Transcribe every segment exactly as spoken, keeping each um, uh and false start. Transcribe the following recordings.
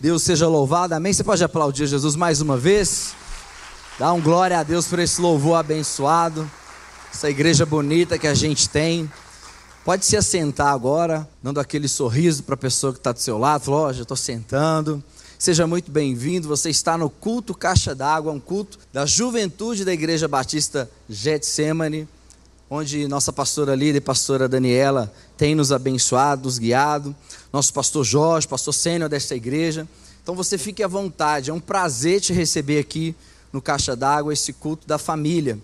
Deus seja louvado, amém? Você pode aplaudir Jesus mais uma vez? Dá um glória a Deus por esse louvor abençoado, essa igreja bonita que a gente tem. Pode se assentar agora, dando aquele sorriso para a pessoa que está do seu lado. Falou, ó, já estou sentando. Seja muito bem-vindo, você está no culto Caixa d'Água, um culto da juventude da Igreja Batista Getsemane, onde nossa pastora líder, pastora Daniela, tem nos abençoado, nos guiado. Nosso pastor Jorge, pastor sênior desta igreja. Então você fique à vontade, é um prazer te receber aqui no Caixa d'Água, esse culto da família.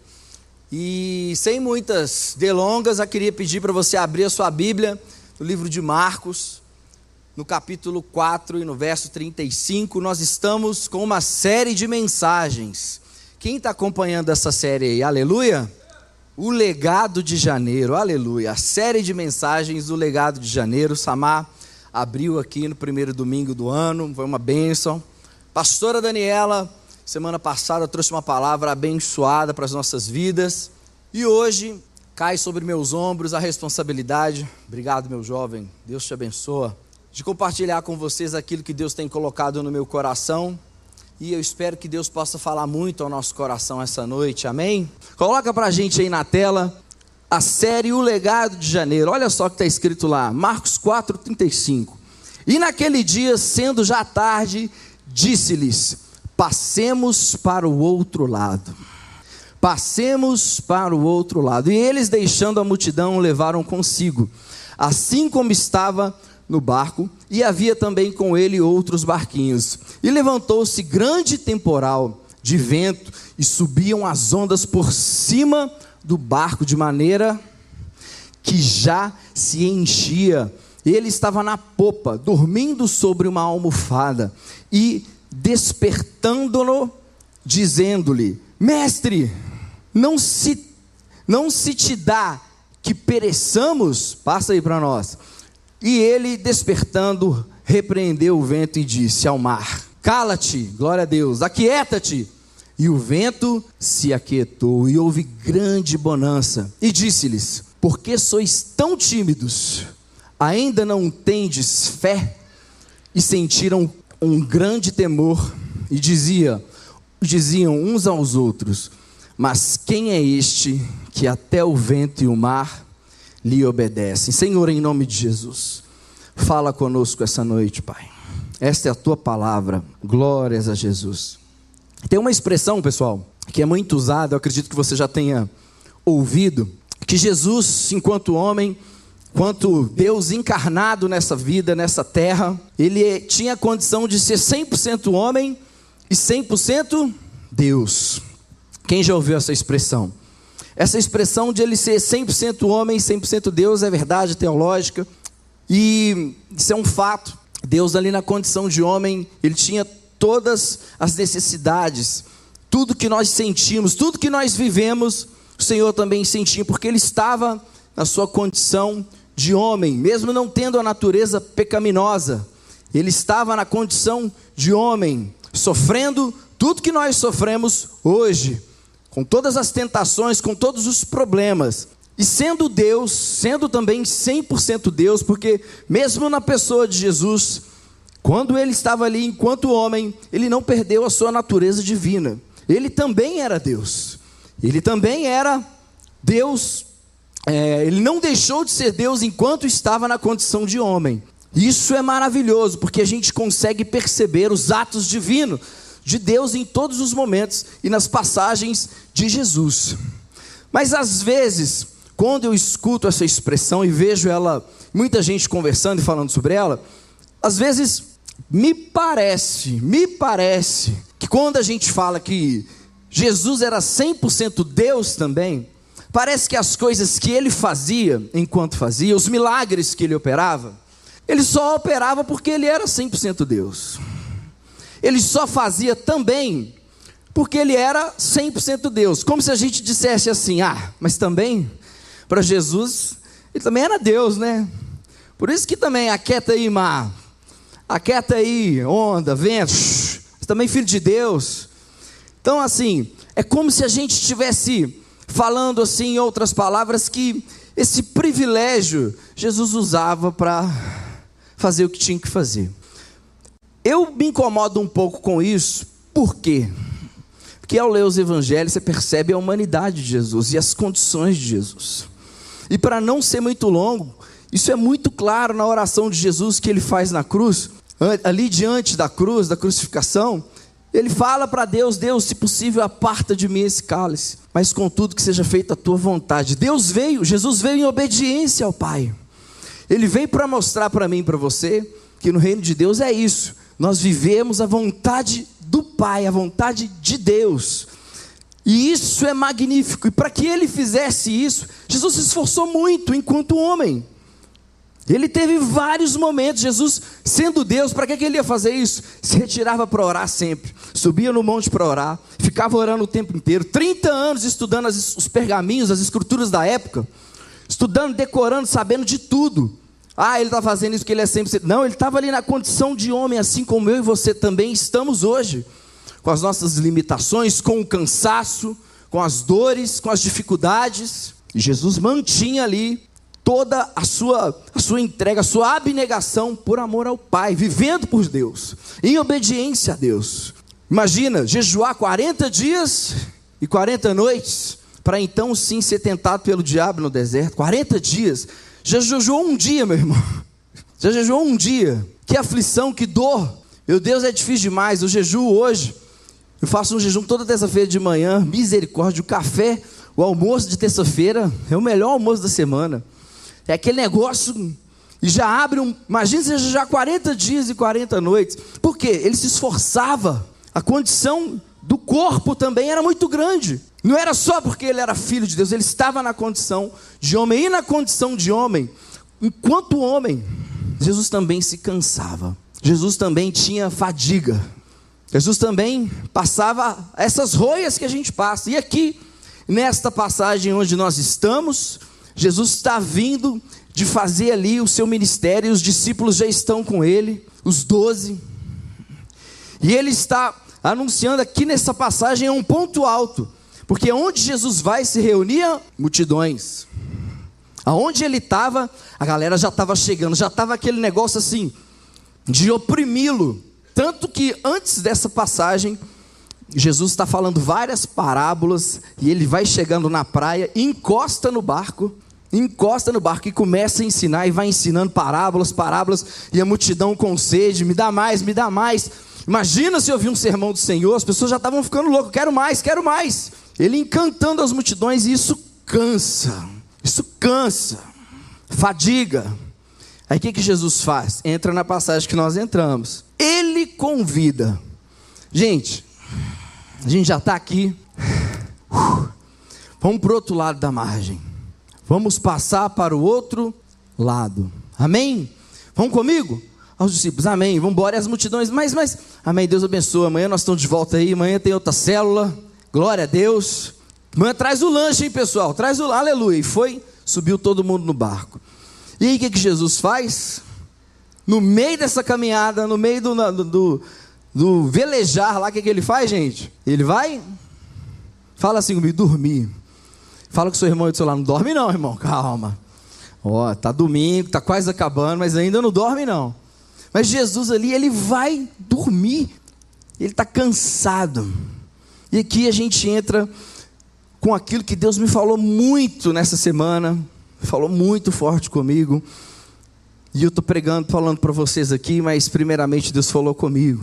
E sem muitas delongas, eu queria pedir para você abrir a sua Bíblia no livro de Marcos, no capítulo quatro e no verso trinta e cinco. Nós estamos com uma série de mensagens. Quem está acompanhando essa série aí? Aleluia! O Legado de Janeiro, aleluia. A série de mensagens do Legado de Janeiro. Samar abriu aqui no primeiro domingo do ano, foi uma bênção. Pastora Daniela, semana passada trouxe uma palavra abençoada para as nossas vidas. E hoje cai sobre meus ombros a responsabilidade, obrigado meu jovem, Deus te abençoa, de compartilhar com vocês aquilo que Deus tem colocado no meu coração. E eu espero que Deus possa falar muito ao nosso coração essa noite, amém? Coloca pra gente aí na tela a série O Legado de Janeiro. Olha só o que está escrito lá, Marcos quatro, trinta e cinco. E naquele dia, sendo já tarde, disse-lhes: passemos para o outro lado. Passemos para o outro lado. E eles, deixando a multidão, o levaram consigo, assim como estava no barco, e havia também com ele outros barquinhos. E levantou-se grande temporal de vento, e subiam as ondas por cima do barco, de maneira que já se enchia. Ele estava na popa, dormindo sobre uma almofada, e despertando-no, dizendo-lhe: mestre, não se, não se te dá que pereçamos? Passa aí para nós. E ele, despertando, repreendeu o vento e disse ao mar: cala-te, glória a Deus, aquieta-te. E o vento se aquietou, e houve grande bonança. E disse-lhes: por que sois tão tímidos? Ainda não tendes fé? E sentiram um grande temor, e dizia, diziam uns aos outros: mas quem é este que até o vento e o mar lhe obedecem? Senhor, em nome de Jesus, fala conosco essa noite, Pai. Esta é a tua palavra, glórias a Jesus. Tem uma expressão, pessoal, que é muito usada, eu acredito que você já tenha ouvido, que Jesus, enquanto homem, enquanto Deus encarnado nessa vida, nessa terra, ele tinha a condição de ser cem por cento homem e cem por cento Deus. Quem já ouviu essa expressão? Essa expressão de ele ser cem por cento homem e cem por cento Deus é verdade teológica, e isso é um fato. Deus ali na condição de homem, ele tinha todas as necessidades, tudo que nós sentimos, tudo que nós vivemos, o Senhor também sentia, porque ele estava na sua condição de homem, mesmo não tendo a natureza pecaminosa. Ele estava na condição de homem, sofrendo tudo que nós sofremos hoje, com todas as tentações, com todos os problemas, e sendo Deus, sendo também cem por cento Deus, porque mesmo na pessoa de Jesus, quando ele estava ali enquanto homem, ele não perdeu a sua natureza divina. Ele também era Deus, ele também era Deus, é, ele não deixou de ser Deus enquanto estava na condição de homem. Isso é maravilhoso, porque a gente consegue perceber os atos divinos de Deus em todos os momentos e nas passagens de Jesus. Mas às vezes, quando eu escuto essa expressão e vejo ela, muita gente conversando e falando sobre ela, às vezes me parece, me parece que quando a gente fala que Jesus era cem por cento Deus também, parece que as coisas que ele fazia enquanto fazia, os milagres que ele operava, ele só operava porque ele era cem por cento Deus. Ele só fazia também porque ele era cem por cento Deus. Como se a gente dissesse assim: ah, mas também para Jesus, ele também era Deus, né? Por isso que também aquieta aí mar, aquieta aí onda, vento, você também filho de Deus. Então assim, é como se a gente estivesse falando assim, em outras palavras, que esse privilégio Jesus usava para fazer o que tinha que fazer. Eu me incomodo um pouco com isso, por quê? Porque ao ler os evangelhos você percebe a humanidade de Jesus e as condições de Jesus. E para não ser muito longo, isso é muito claro na oração de Jesus que ele faz na cruz, ali diante da cruz, da crucificação. Ele fala para Deus: Deus, se possível, aparta de mim esse cálice, mas contudo que seja feita a tua vontade. Deus veio, Jesus veio em obediência ao Pai. Ele veio para mostrar para mim e para você que no reino de Deus é isso. Nós vivemos a vontade do Pai, a vontade de Deus. E isso é magnífico. E para que ele fizesse isso, Jesus se esforçou muito enquanto homem. Ele teve vários momentos. Jesus, sendo Deus, para que ele ia fazer isso? Se retirava para orar sempre, subia no monte para orar, ficava orando o tempo inteiro, trinta anos estudando as, os pergaminhos, as escrituras da época, estudando, decorando, sabendo de tudo. Ah, ele está fazendo isso porque ele é sempre... Não, ele estava ali na condição de homem, assim como eu e você também estamos hoje, com as nossas limitações, com o cansaço, com as dores, com as dificuldades. E Jesus mantinha ali toda a sua, a sua entrega, a sua abnegação por amor ao Pai, vivendo por Deus, em obediência a Deus. Imagina, jejuar quarenta dias e quarenta noites, para então sim ser tentado pelo diabo no deserto. quarenta dias, já jejuou um dia, meu irmão, já jejuou um dia, que aflição, que dor, meu Deus, é difícil demais. Eu jejuo hoje, eu faço um jejum toda terça-feira de manhã, misericórdia, o café, o almoço de terça-feira, é o melhor almoço da semana. É aquele negócio, e já abre um... Imagina você já quarenta dias e quarenta noites. Por quê? Ele se esforçava. A condição do corpo também era muito grande. Não era só porque ele era filho de Deus. Ele estava na condição de homem. E na condição de homem, enquanto homem, Jesus também se cansava. Jesus também tinha fadiga. Jesus também passava essas roias que a gente passa. E aqui, nesta passagem onde nós estamos, Jesus está vindo de fazer ali o seu ministério, e os discípulos já estão com ele, os doze, e ele está anunciando aqui nessa passagem, é um ponto alto, porque onde Jesus vai se reunia multidões, aonde ele estava, a galera já estava chegando, já estava aquele negócio assim, de oprimi-lo, tanto que antes dessa passagem, Jesus está falando várias parábolas, e ele vai chegando na praia, encosta no barco, encosta no barco e começa a ensinar, e vai ensinando parábolas, parábolas, e a multidão com sede, me dá mais, me dá mais. Imagina se ouvir um sermão do Senhor, as pessoas já estavam ficando loucas, quero mais, quero mais. Ele encantando as multidões, e isso cansa, isso cansa, fadiga. Aí o que, que Jesus faz? Entra na passagem que nós entramos, ele convida. Gente, a gente já está aqui, vamos para o outro lado da margem, vamos passar para o outro lado, amém? Vamos comigo? Aos discípulos, amém, vamos embora. E as multidões, mas, mas, amém, Deus abençoe, amanhã nós estamos de volta aí, amanhã tem outra célula, glória a Deus, amanhã traz o lanche, hein pessoal, traz o, aleluia, e foi, subiu todo mundo no barco. E aí o que, que Jesus faz? No meio dessa caminhada, no meio do, do, do do velejar lá, o que, que ele faz, gente? Ele vai, fala assim comigo, dormir. Fala com o seu irmão aí do seu lado, não dorme não, irmão, calma. Ó, tá domingo, tá quase acabando, mas ainda não dorme não. Mas Jesus ali, ele vai dormir, ele está cansado. E aqui a gente entra com aquilo que Deus me falou muito nessa semana, falou muito forte comigo. E eu estou pregando, falando para vocês aqui, mas primeiramente Deus falou comigo.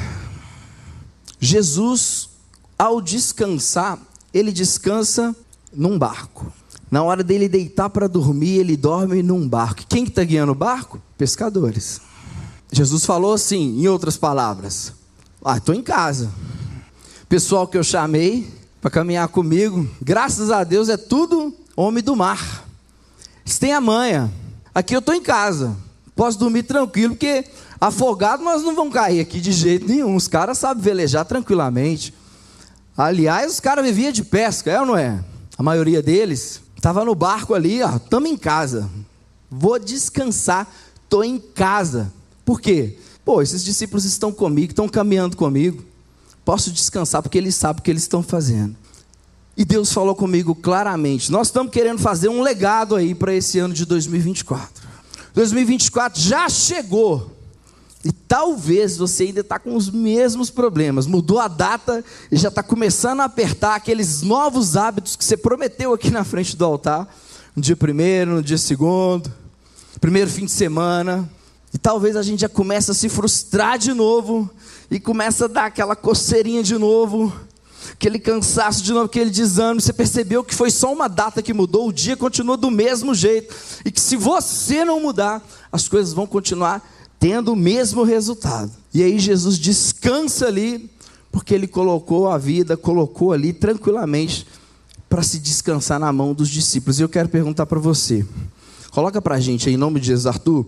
Jesus, ao descansar, ele descansa num barco. Na hora dele deitar para dormir, ele dorme num barco. Quem que está guiando o barco? Pescadores. Jesus falou assim, em outras palavras, ah, estou em casa. Pessoal que eu chamei para caminhar comigo, graças a Deus é tudo homem do mar. Eles têm a manha. Aqui eu estou em casa, posso dormir tranquilo, porque afogado nós não vamos cair aqui de jeito nenhum. Os caras sabem velejar tranquilamente. Aliás, os caras viviam de pesca, é ou não é? A maioria deles estava no barco ali, ó, estamos em casa, vou descansar, estou em casa. Por quê? Pô, esses discípulos estão comigo, estão caminhando comigo, posso descansar porque eles sabem o que eles estão fazendo. E Deus falou comigo claramente, nós estamos querendo fazer um legado aí para esse ano de dois mil e vinte e quatro. dois mil e vinte e quatro já chegou, E talvez você ainda está com os mesmos problemas. Mudou a data e já está começando a apertar aqueles novos hábitos que você prometeu aqui na frente do altar. No dia primeiro, no dia segundo, primeiro fim de semana. E talvez a gente já comece a se frustrar de novo. E começa a dar aquela coceirinha de novo. Aquele cansaço de novo, aquele desânimo. Você percebeu que foi só uma data que mudou. O dia continua do mesmo jeito. E que se você não mudar, as coisas vão continuar tendo o mesmo resultado. E aí Jesus descansa ali, porque ele colocou a vida, colocou ali tranquilamente, para se descansar na mão dos discípulos. E eu quero perguntar para você, coloca para a gente aí, em nome de Jesus, Arthur,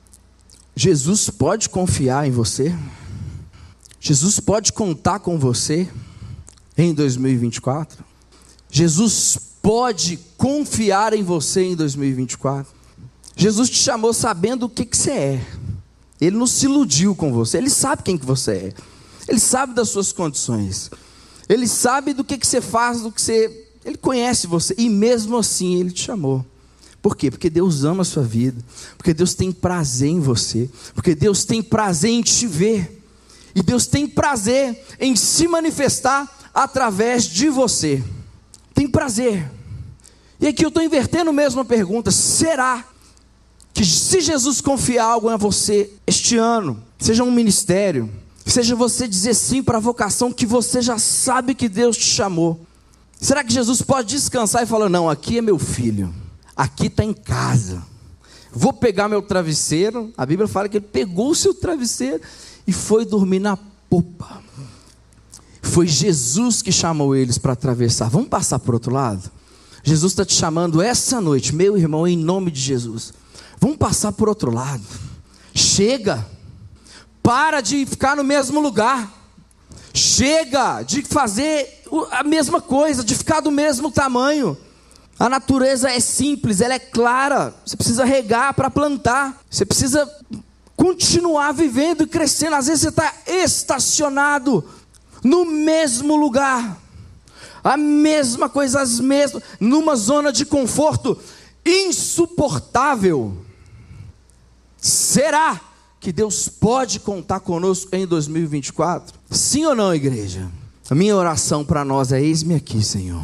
Jesus pode confiar em você? Jesus pode contar com você em dois mil e vinte e quatro? Jesus pode confiar em você em dois mil e vinte e quatro? Jesus te chamou sabendo o que, que você é. Ele não se iludiu com você. Ele sabe quem que você é. Ele sabe das suas condições. Ele sabe do que, que você faz, do que você... Ele conhece você. E mesmo assim Ele te chamou. Por quê? Porque Deus ama a sua vida. Porque Deus tem prazer em você. Porque Deus tem prazer em te ver. E Deus tem prazer em se manifestar através de você. Tem prazer. E aqui eu estou invertendo mesmo a pergunta. Será que se Jesus confiar algo a você este ano, seja um ministério, seja você dizer sim para a vocação que você já sabe que Deus te chamou, será que Jesus pode descansar e falar, não, aqui é meu filho, aqui está em casa, vou pegar meu travesseiro? A Bíblia fala que ele pegou o seu travesseiro e foi dormir na popa. Foi Jesus que chamou eles para atravessar. Vamos passar para o outro lado? Jesus está te chamando essa noite, meu irmão, em nome de Jesus. Vamos passar por outro lado. Chega. Para de ficar no mesmo lugar. Chega de fazer a mesma coisa, de ficar do mesmo tamanho. A natureza é simples, ela é clara. Você precisa regar para plantar. Você precisa continuar vivendo e crescendo. Às vezes você está estacionado no mesmo lugar. A mesma coisa, as mesmas, numa zona de conforto insuportável. Será que Deus pode contar conosco em dois mil e vinte e quatro? Sim ou não, igreja? A minha oração para nós é: eis-me aqui, Senhor.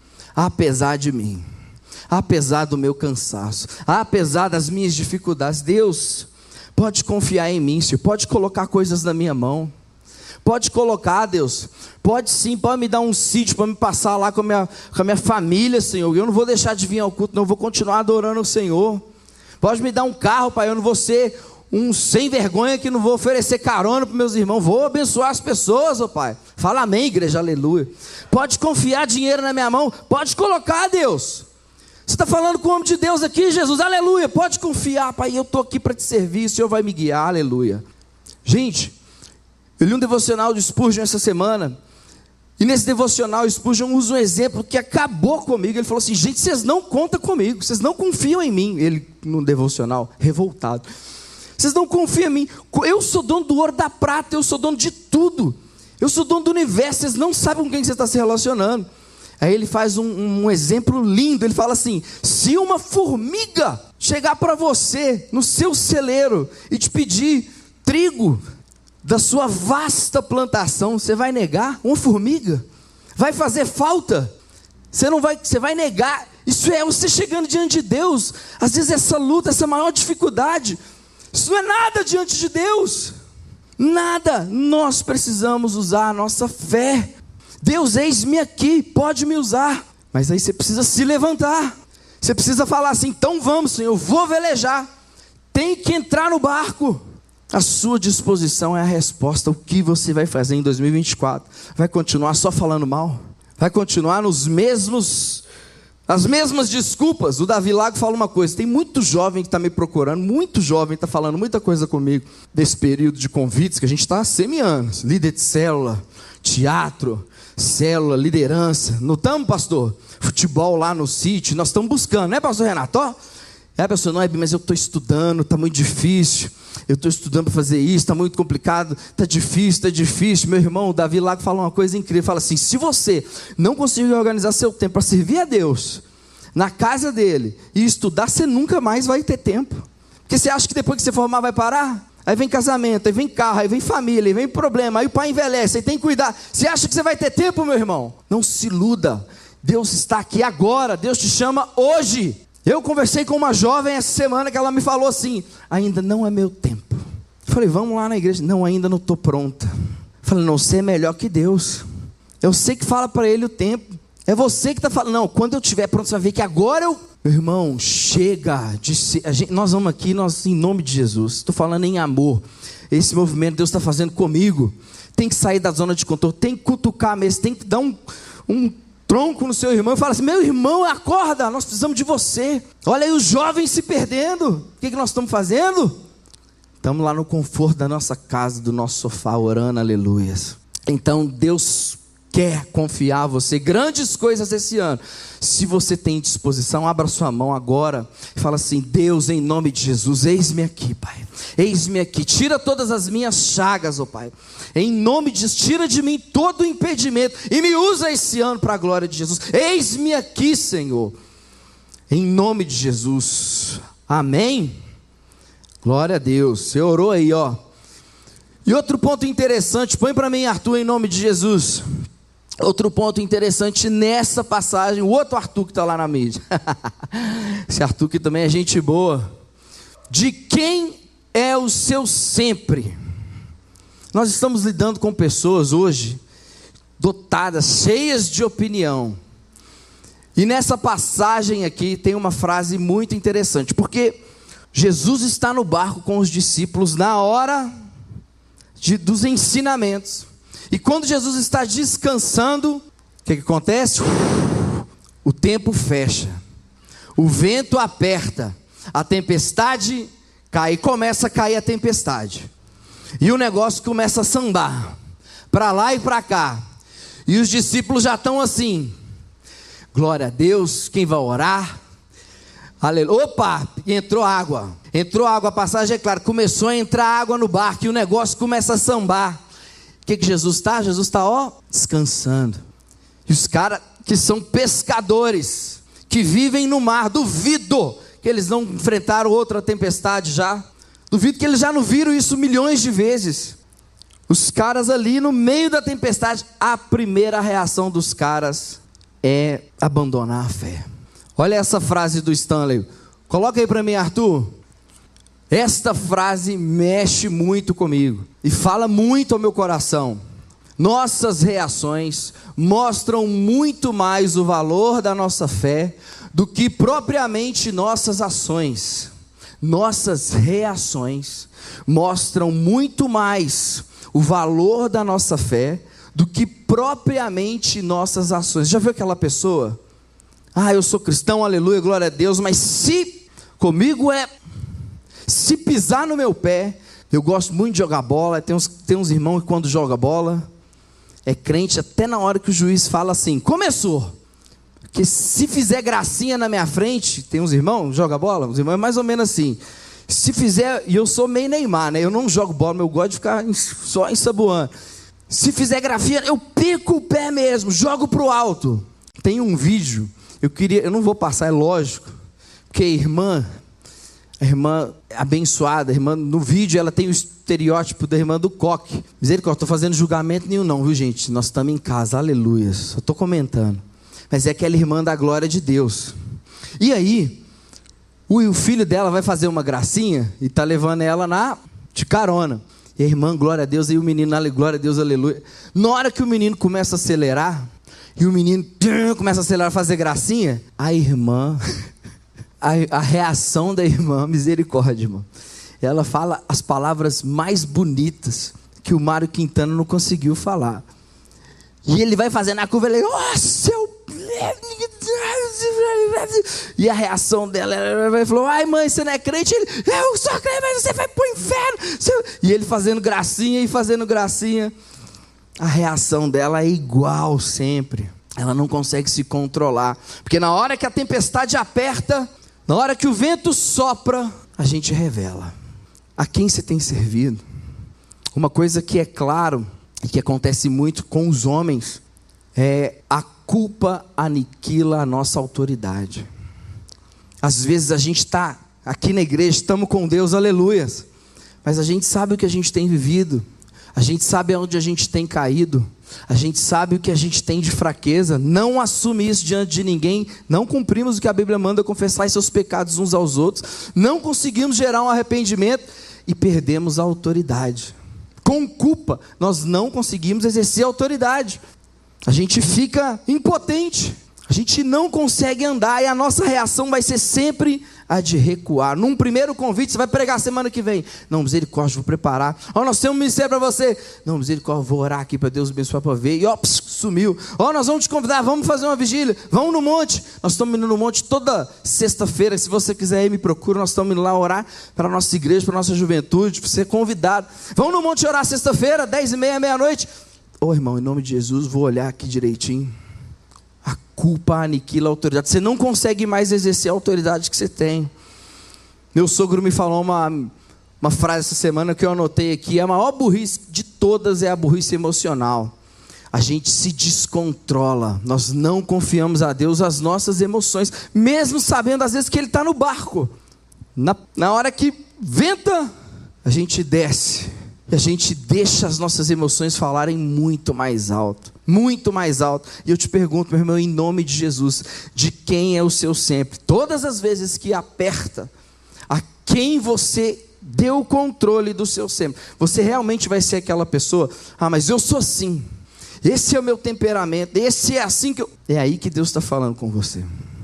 Apesar de mim, apesar do meu cansaço, apesar das minhas dificuldades, Deus pode confiar em mim, Senhor. Pode colocar coisas na minha mão. Pode colocar, Deus. Pode sim, pode me dar um sítio para me passar lá com a, minha, com a minha família, Senhor. Eu não vou deixar de vir ao culto, não. Eu vou continuar adorando o Senhor. Pode me dar um carro, Pai. Eu não vou ser um sem vergonha que não vou oferecer carona para meus irmãos. Vou abençoar as pessoas, ó Pai. Fala amém, igreja, aleluia. Pode confiar dinheiro na minha mão. Pode colocar, Deus. Você está falando com o homem de Deus aqui, Jesus, aleluia. Pode confiar, Pai. Eu estou aqui para te servir. O Senhor vai me guiar, aleluia. Gente, eu li um devocional de Spurgeon essa semana. E nesse devocional, Spurgeon usa um exemplo que acabou comigo. Ele falou assim: gente, vocês não contam comigo, vocês não confiam em mim. Ele, no devocional, revoltado: vocês não confiam em mim. Eu sou dono do ouro, da prata, eu sou dono de tudo. Eu sou dono do universo, vocês não sabem com quem você está se relacionando. Aí ele faz um, um exemplo lindo. Ele fala assim: se uma formiga chegar para você, no seu celeiro, e te pedir trigo da sua vasta plantação, você vai negar? Uma formiga? Vai fazer falta? Você não vai, você vai negar? Isso é você chegando diante de Deus. Às vezes essa luta, essa maior dificuldade, isso não é nada diante de Deus. Nada. Nós precisamos usar a nossa fé. Deus, eis-me aqui, pode me usar. Mas aí você precisa se levantar. Você precisa falar assim: então vamos, Senhor, eu vou velejar. Tem que entrar no barco. A sua disposição é a resposta. O que você vai fazer em dois mil e vinte e quatro? Vai continuar só falando mal? Vai continuar nos mesmos, as mesmas desculpas? O Davi Lago fala uma coisa: tem muito jovem que está me procurando, muito jovem está falando muita coisa comigo, desse período de convites que a gente está semeando, líder de célula, teatro, célula, liderança. Não estamos, pastor? Futebol lá no sítio, nós estamos buscando, né, pastor Renato? Ó, é, pastor, não é, mas eu estou estudando, está muito difícil. Eu estou estudando para fazer isso, está muito complicado, está difícil, está difícil. Meu irmão, o Davi Lago fala uma coisa incrível. Fala assim: se você não conseguir organizar seu tempo para servir a Deus na casa dele e estudar, você nunca mais vai ter tempo. Porque você acha que depois que você formar vai parar? Aí vem casamento, aí vem carro, aí vem família, aí vem problema, aí o pai envelhece, aí tem que cuidar. Você acha que você vai ter tempo, meu irmão? Não se iluda. Deus está aqui agora, Deus te chama hoje. Eu conversei com uma jovem essa semana que ela me falou assim: ainda não é meu tempo. Eu falei, vamos lá na igreja. Não, ainda não estou pronta. Eu falei, não, você é melhor que Deus. Eu sei que fala para ele o tempo. É você que está falando. Não, quando eu estiver pronto, você vai ver que agora eu... Meu irmão, chega de ser... a gente, nós vamos aqui, nós, em nome de Jesus, estou falando em amor. Esse movimento Deus está fazendo comigo. Tem que sair da zona de controle, tem que cutucar mesmo, tem que dar um, um tronco no seu irmão e falar assim: meu irmão, acorda, nós precisamos de você. Olha aí os jovens se perdendo. O que, que nós estamos fazendo? Estamos lá no conforto da nossa casa, do nosso sofá, orando, aleluias. Então Deus quer confiar a você grandes coisas esse ano. Se você tem disposição, abra sua mão agora e fala assim: Deus, em nome de Jesus, eis-me aqui, Pai, eis-me aqui, tira todas as minhas chagas, ó Pai, em nome de Jesus, tira de mim todo o impedimento e me usa esse ano para a glória de Jesus. Eis-me aqui, Senhor, em nome de Jesus, amém? Glória a Deus. Você orou aí, ó. E outro ponto interessante, põe para mim, Arthur, em nome de Jesus. Outro ponto interessante nessa passagem, o outro Arthur que está lá na mídia. Esse Arthur que também é gente boa. De quem é o seu sempre? Nós estamos lidando com pessoas hoje dotadas, cheias de opinião. E nessa passagem aqui tem uma frase muito interessante, porque Jesus está no barco com os discípulos na hora de, dos ensinamentos. E quando Jesus está descansando, o que, que acontece? O tempo fecha, o vento aperta, a tempestade cai, começa a cair a tempestade, e o negócio começa a sambar, para lá e para cá, e os discípulos já estão assim: glória a Deus, quem vai orar? Aleluia. Opa, entrou água, entrou água, a passagem é clara, começou a entrar água no barco, e o negócio começa a sambar. O que, que Jesus está? Jesus está, ó, descansando. E os caras que são pescadores, que vivem no mar, duvido que eles não enfrentaram outra tempestade já. Duvido que eles já não viram isso milhões de vezes. Os caras ali no meio da tempestade, a primeira reação dos caras é abandonar a fé. Olha essa frase do Stanley. Coloca aí para mim, Arthur. Esta frase mexe muito comigo e fala muito ao meu coração. Nossas reações mostram muito mais o valor da nossa fé do que propriamente nossas ações. Nossas reações mostram muito mais o valor da nossa fé do que propriamente nossas ações. Já viu aquela pessoa? Ah, eu sou cristão, aleluia, glória a Deus, mas se comigo é... se pisar no meu pé, eu gosto muito de jogar bola, tem uns, tem uns irmãos que quando joga bola, é crente até na hora que o juiz fala assim, começou, porque se fizer gracinha na minha frente, tem uns irmãos que jogam bola, os irmãos é mais ou menos assim, se fizer, e eu sou meio Neymar, né? Eu não jogo bola, mas eu gosto de ficar só ensaboando, se fizer gracinha, eu pico o pé mesmo, jogo pro alto. Tem um vídeo, eu queria, eu não vou passar, é lógico, porque a irmã, a irmã abençoada, a irmã, no vídeo ela tem o estereótipo da irmã do coque. Misericórdia, estou fazendo julgamento nenhum não, viu gente? Nós estamos em casa, aleluia, só estou comentando. Mas é aquela irmã da glória de Deus. E aí, o, o filho dela vai fazer uma gracinha e está levando ela na, de carona. E a irmã, glória a Deus, e o menino, glória a Deus, aleluia. Na hora que o menino começa a acelerar, e o menino começa a acelerar, fazer gracinha, a irmã... A, a reação da irmã, misericórdia, irmão. Ela fala as palavras mais bonitas que o Mário Quintana não conseguiu falar. E ele vai fazendo a curva, ele, oh, seu... E a reação dela, ela falou, ai mãe, você não é crente? Ele, eu sou crente, mas você vai pro inferno. E ele fazendo gracinha e fazendo gracinha. A reação dela é igual sempre. Ela não consegue se controlar. Porque na hora que a tempestade aperta, na hora que o vento sopra, a gente revela a quem você tem servido. Uma coisa que é claro e que acontece muito com os homens é a culpa aniquila a nossa autoridade. Às vezes a gente está aqui na igreja, estamos com Deus, aleluias, mas a gente sabe o que a gente tem vivido, a gente sabe aonde a gente tem caído, a gente sabe o que a gente tem de fraqueza, não assume isso diante de ninguém, não cumprimos o que a Bíblia manda, confessar seus pecados uns aos outros, não conseguimos gerar um arrependimento e perdemos a autoridade. Com culpa, nós não conseguimos exercer a autoridade, a gente fica impotente, a gente não consegue andar e a nossa reação vai ser sempre a de recuar. Num primeiro convite, você vai pregar semana que vem. Não, misericórdia, vou preparar. Ó, nós temos um ministério para você. Não, misericórdia, vou orar aqui para Deus abençoar para ver. E ó, pss, sumiu. Ó, nós vamos te convidar, vamos fazer uma vigília. Vamos no monte. Nós estamos indo no monte toda sexta-feira. Se você quiser ir, me procura. Nós estamos indo lá orar para a nossa igreja, para a nossa juventude, para ser convidado. Vamos no monte orar sexta-feira, dez e meia, meia-noite. Ô, irmão, em nome de Jesus, vou olhar aqui direitinho. A culpa aniquila a autoridade. Você não consegue mais exercer a autoridade que você tem. Meu sogro me falou uma, uma frase essa semana que eu anotei aqui. A maior burrice de todas é a burrice emocional. A gente se descontrola. Nós não confiamos a Deus as nossas emoções, mesmo sabendo às vezes que Ele está no barco. Na, na hora que venta, a gente desce. E a gente deixa as nossas emoções falarem muito mais alto. Muito mais alto. E eu te pergunto, meu irmão, em nome de Jesus, de quem é o seu sempre? Todas as vezes que aperta, a quem você deu o controle do seu sempre? Você realmente vai ser aquela pessoa? Ah, mas eu sou assim. Esse é o meu temperamento. Esse é assim que eu... É aí que Deus está falando com você.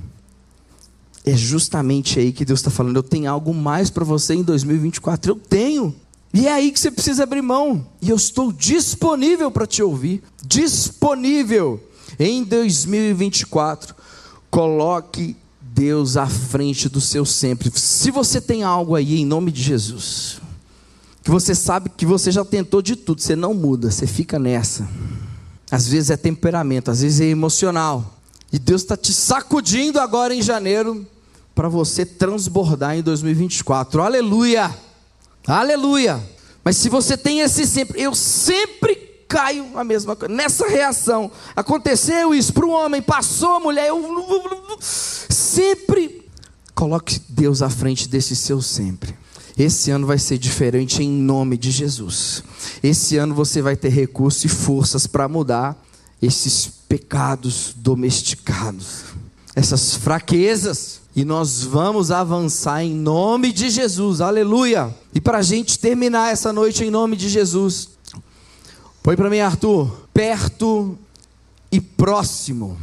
É justamente aí que Deus está falando. Eu tenho algo mais para você em dois mil e vinte e quatro. Eu tenho. E é aí que você precisa abrir mão. E eu estou disponível para te ouvir. Disponível. Em dois mil e vinte e quatro, coloque Deus à frente do seu sempre. Se você tem algo aí, em nome de Jesus, que você sabe que você já tentou de tudo, você não muda, você fica nessa. Às vezes é temperamento, às vezes é emocional. E Deus está te sacudindo agora em janeiro, para você transbordar em dois mil e vinte e quatro. Aleluia! Aleluia! Mas se você tem esse sempre, eu sempre caio a mesma coisa, nessa reação. Aconteceu isso para um homem, passou a mulher, eu sempre coloque Deus à frente desse seu sempre. Esse ano vai ser diferente em nome de Jesus. Esse ano você vai ter recursos e forças para mudar esses pecados domesticados, essas fraquezas. E nós vamos avançar em nome de Jesus, aleluia. E para a gente terminar essa noite em nome de Jesus, põe para mim, Arthur, perto e próximo.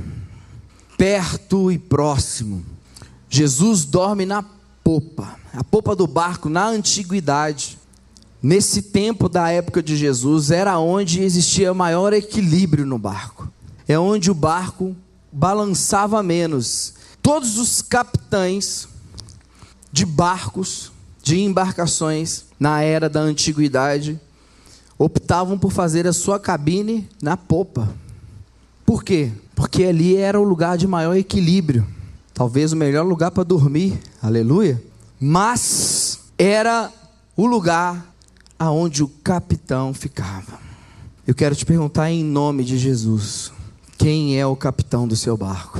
Perto e próximo. Jesus dorme na popa, a popa do barco na antiguidade. Nesse tempo da época de Jesus, era onde existia maior equilíbrio no barco. É onde o barco balançava menos. Todos os capitães de barcos, de embarcações, na era da antiguidade, optavam por fazer a sua cabine na popa. Por quê? Porque ali era o lugar de maior equilíbrio. Talvez o melhor lugar para dormir, aleluia. Mas era o lugar aonde o capitão ficava. Eu quero te perguntar em nome de Jesus, quem é o capitão do seu barco?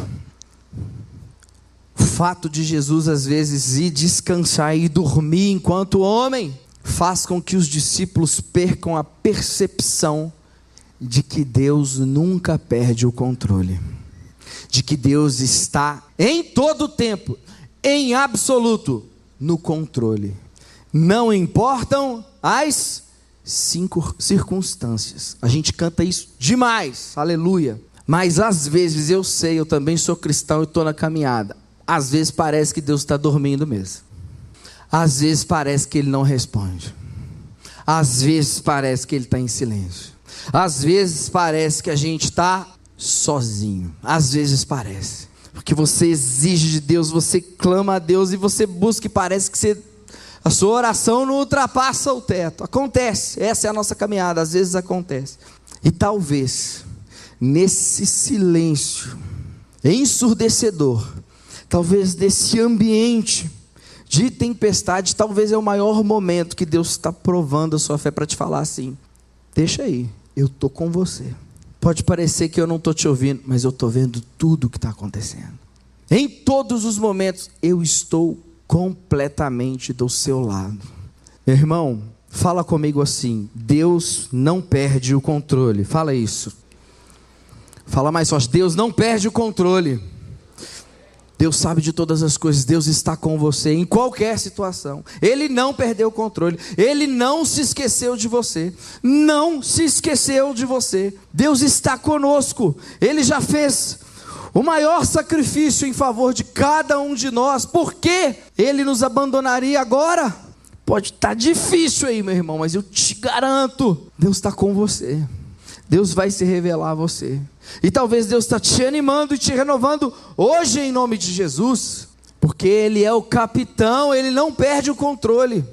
O fato de Jesus às vezes ir descansar e dormir enquanto homem faz com que os discípulos percam a percepção de que Deus nunca perde o controle, de que Deus está em todo o tempo, em absoluto, no controle. Não importam as cinco circunstâncias. A gente canta isso demais, aleluia. Mas às vezes eu sei, eu também sou cristão e estou na caminhada. Às vezes parece que Deus está dormindo mesmo. Às vezes parece que Ele não responde. Às vezes parece que Ele está em silêncio. Às vezes parece que a gente está sozinho. Às vezes parece. Porque você exige de Deus, você clama a Deus e você busca e parece que você, a sua oração não ultrapassa o teto. Acontece, essa é a nossa caminhada, às vezes acontece. E talvez, nesse silêncio ensurdecedor, talvez nesse ambiente de tempestade, talvez é o maior momento que Deus está provando a sua fé para te falar assim: deixa aí, eu estou com você. Pode parecer que eu não estou te ouvindo, mas eu estou vendo tudo o que está acontecendo. Em todos os momentos, eu estou completamente do seu lado. Meu irmão, fala comigo assim: Deus não perde o controle. Fala isso. Fala mais forte: Deus não perde o controle. Deus sabe de todas as coisas. Deus está com você em qualquer situação. Ele não perdeu o controle. Ele não se esqueceu de você. Não se esqueceu de você. Deus está conosco. Ele já fez o maior sacrifício em favor de cada um de nós. Por que Ele nos abandonaria agora? Pode estar difícil aí, meu irmão, mas eu te garanto, Deus está com você. Deus vai se revelar a você. E talvez Deus está te animando e te renovando hoje em nome de Jesus, porque Ele é o capitão, Ele não perde o controle.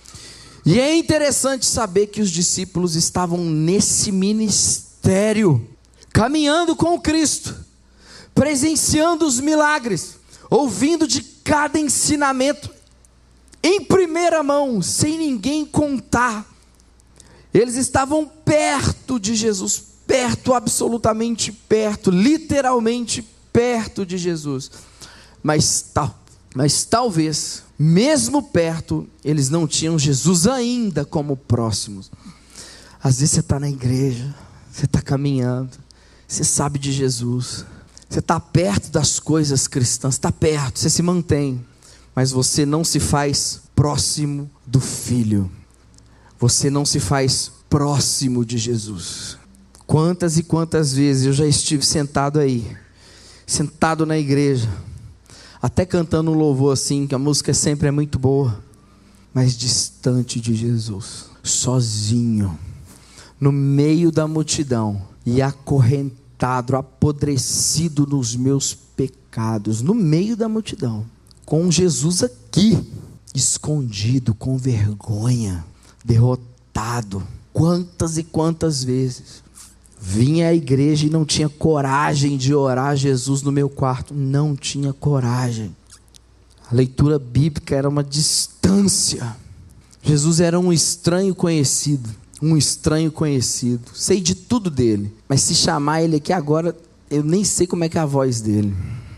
E é interessante saber que os discípulos estavam nesse ministério, caminhando com Cristo, presenciando os milagres, ouvindo de cada ensinamento, em primeira mão, sem ninguém contar. Eles estavam perto de Jesus, perto, absolutamente perto, literalmente perto de Jesus. Mas, tal, mas talvez, mesmo perto, eles não tinham Jesus ainda como próximos. Às vezes você está na igreja, você está caminhando, você sabe de Jesus, você está perto das coisas cristãs, está perto, você se mantém, mas você não se faz próximo do Filho. Você não se faz próximo de Jesus. Quantas e quantas vezes eu já estive sentado aí, sentado na igreja, até cantando um louvor assim, que a música sempre é muito boa, mas distante de Jesus, sozinho, no meio da multidão, e acorrentado, apodrecido nos meus pecados, no meio da multidão, com Jesus aqui, escondido, com vergonha, derrotado. Quantas e quantas vezes vinha à igreja e não tinha coragem de orar a Jesus no meu quarto, não tinha coragem. A leitura bíblica era uma distância. Jesus era um estranho conhecido, um estranho conhecido, sei de tudo dele, mas se chamar ele aqui agora, eu nem sei como é que é a voz dele.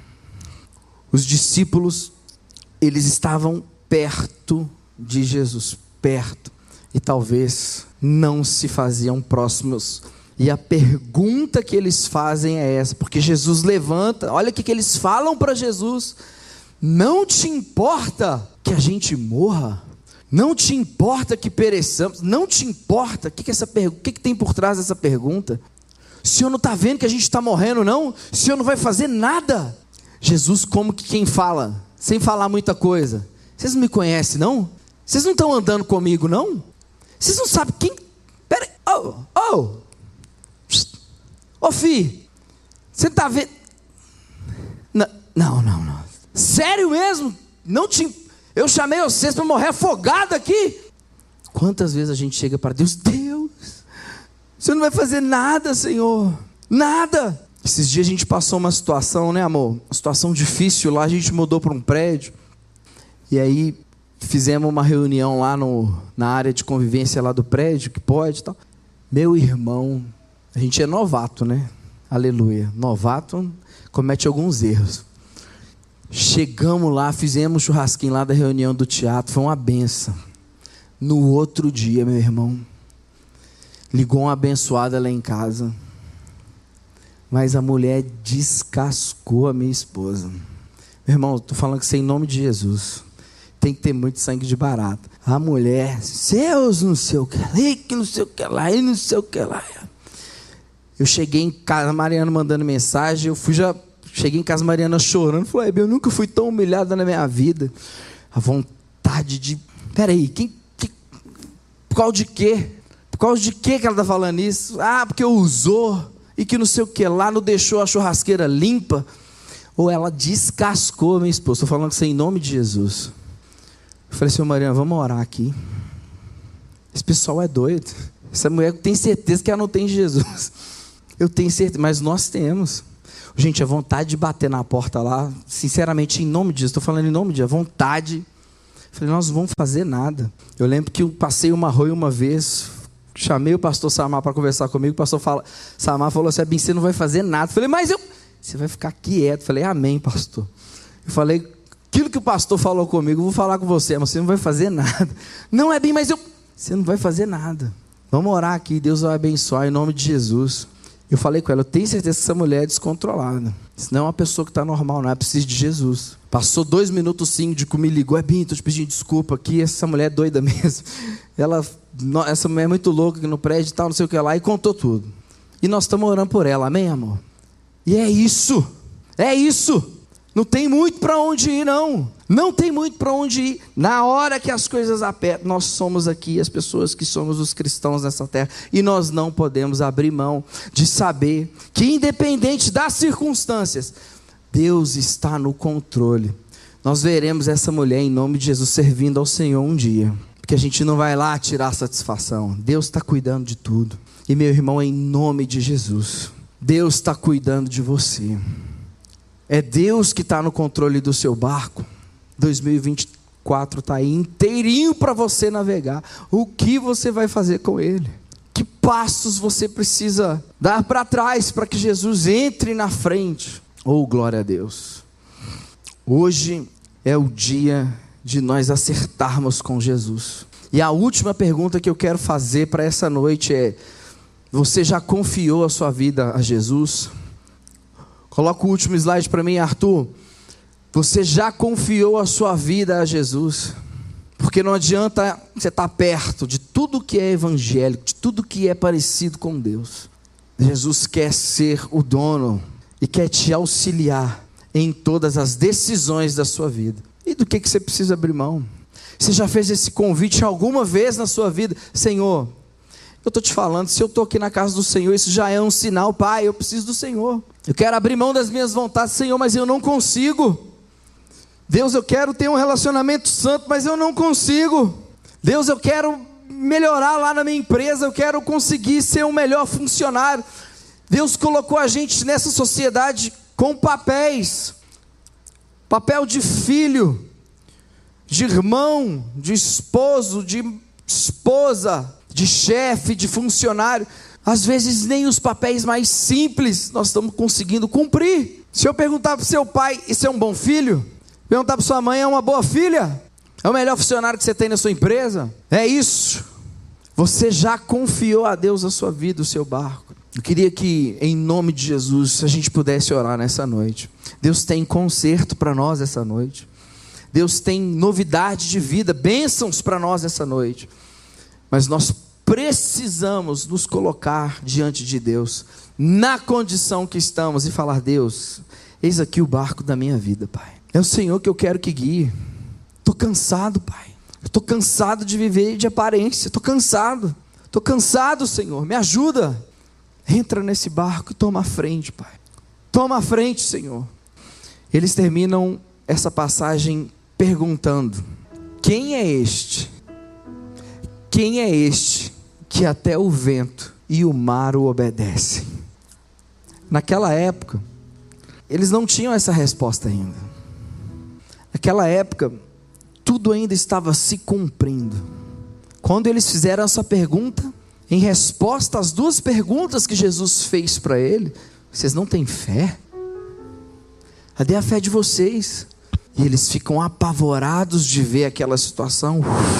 Os discípulos, eles estavam perto de Jesus, perto, e talvez não se faziam próximos. E a pergunta que eles fazem é essa, porque Jesus levanta, olha o que, que eles falam para Jesus: não te importa que a gente morra? Não te importa que pereçamos? Não te importa? O que, que, essa pergu- que, que tem por trás dessa pergunta? O Senhor não está vendo que a gente está morrendo, não? O Senhor não vai fazer nada? Jesus, como que quem fala, sem falar muita coisa: vocês não me conhecem, não? Vocês não estão andando comigo, não? Vocês não sabem quem... Pera aí, oh, oh, ô oh, fi, você está vendo? Não, não, não, não. Sério mesmo? Não te... Eu chamei vocês para morrer afogado aqui? Quantas vezes a gente chega para Deus: Deus, você não vai fazer nada, Senhor, nada. Esses dias a gente passou uma situação, né, amor? Uma situação difícil lá, a gente mudou para um prédio, e aí fizemos uma reunião lá no, na área de convivência lá do prédio, que pode e tal. Meu irmão, a gente é novato, né? Aleluia. Novato comete alguns erros. Chegamos lá, fizemos churrasquinho lá da reunião do teatro, foi uma benção. No outro dia, meu irmão, ligou uma abençoada lá em casa, mas a mulher descascou a minha esposa. Meu irmão, estou falando que isso é em nome de Jesus. Tem que ter muito sangue de barata. A mulher, seus não sei o que lá, que não sei o que lá, e não sei o que lá. Eu cheguei em casa, a Mariana mandando mensagem, eu fui já, cheguei em casa, a Mariana chorando, falei: eu nunca fui tão humilhada na minha vida. A vontade de, peraí, quem, que, por causa de quê? Por causa de quê que ela está falando isso? Ah, porque usou, e que não sei o que lá, não deixou a churrasqueira limpa. Ou ela descascou a minha esposa. Estou falando isso em nome de Jesus. Eu falei: senhor Mariana, vamos orar aqui. Esse pessoal é doido. Essa mulher tem certeza que ela não tem Jesus. Eu tenho certeza, mas nós temos. Gente, a vontade de bater na porta lá, sinceramente, em nome de Jesus, estou falando em nome de Jesus, a vontade. Eu falei: nós não vamos fazer nada. Eu lembro que eu passei uma rua uma vez, chamei o pastor Samar para conversar comigo, o pastor fala, Samar falou assim: você não vai fazer nada. Eu falei: mas eu... Você vai ficar quieto. Eu falei: amém, pastor. Eu falei aquilo que o pastor falou comigo, eu vou falar com você, mas você não vai fazer nada. Não é bem, mas eu... Você não vai fazer nada. Vamos orar aqui, Deus vai abençoar em nome de Jesus. Eu falei com ela, eu tenho certeza que essa mulher é descontrolada. Isso não é uma pessoa que está normal, não é preciso de Jesus. Passou dois minutos sim de que me ligou, é bem, estou te pedindo desculpa aqui, essa mulher é doida mesmo. Ela, essa mulher é muito louca aqui no prédio e tal, não sei o que lá, e contou tudo. E nós estamos orando por ela, amém, amor? E é isso, é isso. Não tem muito para onde ir, não. Não tem muito para onde ir. Na hora que as coisas apertam, nós somos aqui as pessoas que somos os cristãos nessa terra. E nós não podemos abrir mão de saber que, independente das circunstâncias, Deus está no controle. Nós veremos essa mulher, em nome de Jesus, servindo ao Senhor um dia. Porque a gente não vai lá tirar satisfação. Deus está cuidando de tudo. E meu irmão, em nome de Jesus, Deus está cuidando de você. É Deus que está no controle do seu barco. dois mil e vinte e quatro está aí inteirinho para você navegar. O que você vai fazer com ele? Que passos você precisa dar para trás para que Jesus entre na frente? Oh, glória a Deus. Hoje é o dia de nós acertarmos com Jesus. E a última pergunta que eu quero fazer para essa noite é: você já confiou a sua vida a Jesus? Coloca o último slide para mim, Arthur. Você já confiou a sua vida a Jesus? Porque não adianta você estar perto de tudo que é evangélico, de tudo que é parecido com Deus. Jesus quer ser o dono e quer te auxiliar em todas as decisões da sua vida. E do que, que você precisa abrir mão? Você já fez esse convite alguma vez na sua vida? Senhor, eu estou te falando, se eu estou aqui na casa do Senhor, isso já é um sinal. Pai, eu preciso do Senhor. Eu quero abrir mão das minhas vontades, Senhor, mas eu não consigo. Deus, eu quero ter um relacionamento santo, mas eu não consigo. Deus, eu quero melhorar lá na minha empresa, eu quero conseguir ser um melhor funcionário. Deus colocou a gente nessa sociedade com papéis. Papel de filho, de irmão, de esposo, de esposa, de chefe, de funcionário. Às vezes nem os papéis mais simples nós estamos conseguindo cumprir. Se eu perguntar para o seu pai, isso é um bom filho? Perguntar para sua mãe, é uma boa filha? É o melhor funcionário que você tem na sua empresa? É isso. Você já confiou a Deus a sua vida, o seu barco. Eu queria que, em nome de Jesus, a gente pudesse orar nessa noite. Deus tem conserto para nós essa noite. Deus tem novidade de vida, bênçãos para nós essa noite. Mas nós precisamos nos colocar diante de Deus, na condição que estamos, e falar: Deus, eis aqui o barco da minha vida, Pai. É o Senhor que eu quero que guie. Estou cansado, Pai. Estou cansado de viver de aparência. Estou cansado. Estou cansado, Senhor. Me ajuda. Entra nesse barco e toma a frente, Pai. Toma a frente, Senhor. Eles terminam essa passagem perguntando: quem é este? Quem é este que até o vento e o mar o obedecem? Naquela época, eles não tinham essa resposta ainda. Naquela época, tudo ainda estava se cumprindo. Quando eles fizeram essa pergunta, em resposta às duas perguntas que Jesus fez para ele: vocês não têm fé? Cadê a fé de vocês? E eles ficam apavorados de ver aquela situação.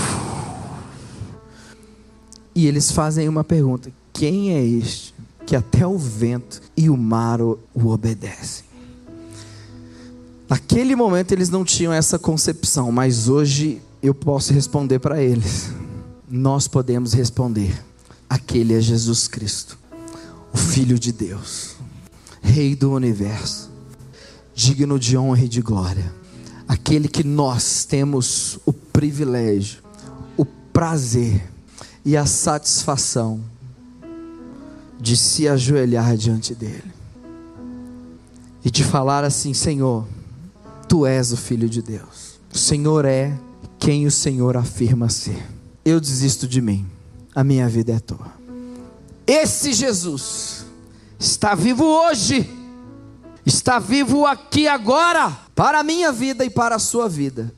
E eles fazem uma pergunta: quem é este que até o vento e o mar o, o obedecem? Naquele momento eles não tinham essa concepção, mas hoje eu posso responder para eles. Nós podemos responder: aquele é Jesus Cristo, o Filho de Deus, Rei do Universo, digno de honra e de glória, aquele que nós temos o privilégio, o prazer e a satisfação de se ajoelhar diante dele e de falar assim: Senhor, Tu és o Filho de Deus. O Senhor é quem o Senhor afirma ser. Eu desisto de mim, a minha vida é Tua. Esse Jesus está vivo hoje, está vivo aqui agora, para a minha vida e para a sua vida,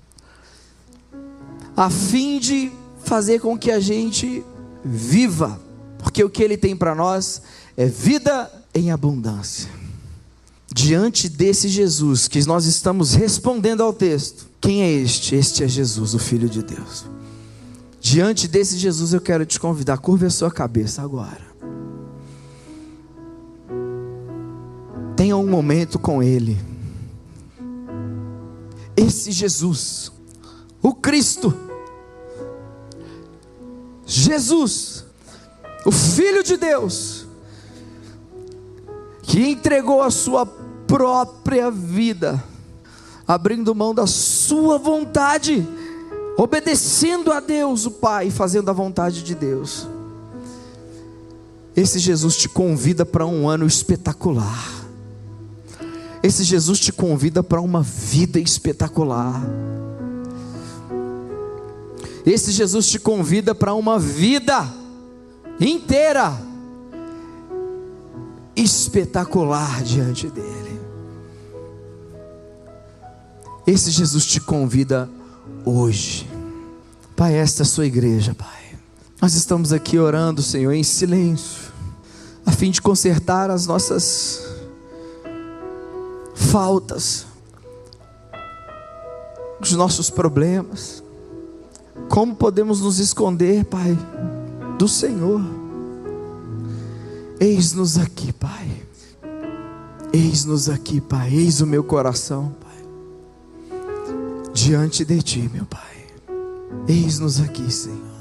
a fim de fazer com que a gente viva, porque o que Ele tem para nós é vida em abundância. Diante desse Jesus que nós estamos respondendo ao texto, quem é este? Este é Jesus, o Filho de Deus. Diante desse Jesus eu quero te convidar, curva a sua cabeça agora. Tenha um momento com Ele. Esse Jesus, o Cristo, Jesus, o Filho de Deus, que entregou a sua própria vida, abrindo mão da sua vontade, obedecendo a Deus o Pai, fazendo a vontade de Deus. Esse Jesus te convida para um ano espetacular. Esse Jesus te convida para uma vida espetacular. Esse Jesus te convida para uma vida inteira espetacular diante dele. Esse Jesus te convida hoje. Pai, esta é a sua igreja, Pai. Nós estamos aqui orando, Senhor, em silêncio, a fim de consertar as nossas faltas, os nossos problemas. Como podemos nos esconder, Pai, do Senhor? Eis-nos aqui, Pai. Eis-nos aqui, Pai. Eis o meu coração, Pai, diante de Ti, meu Pai. Eis-nos aqui, Senhor.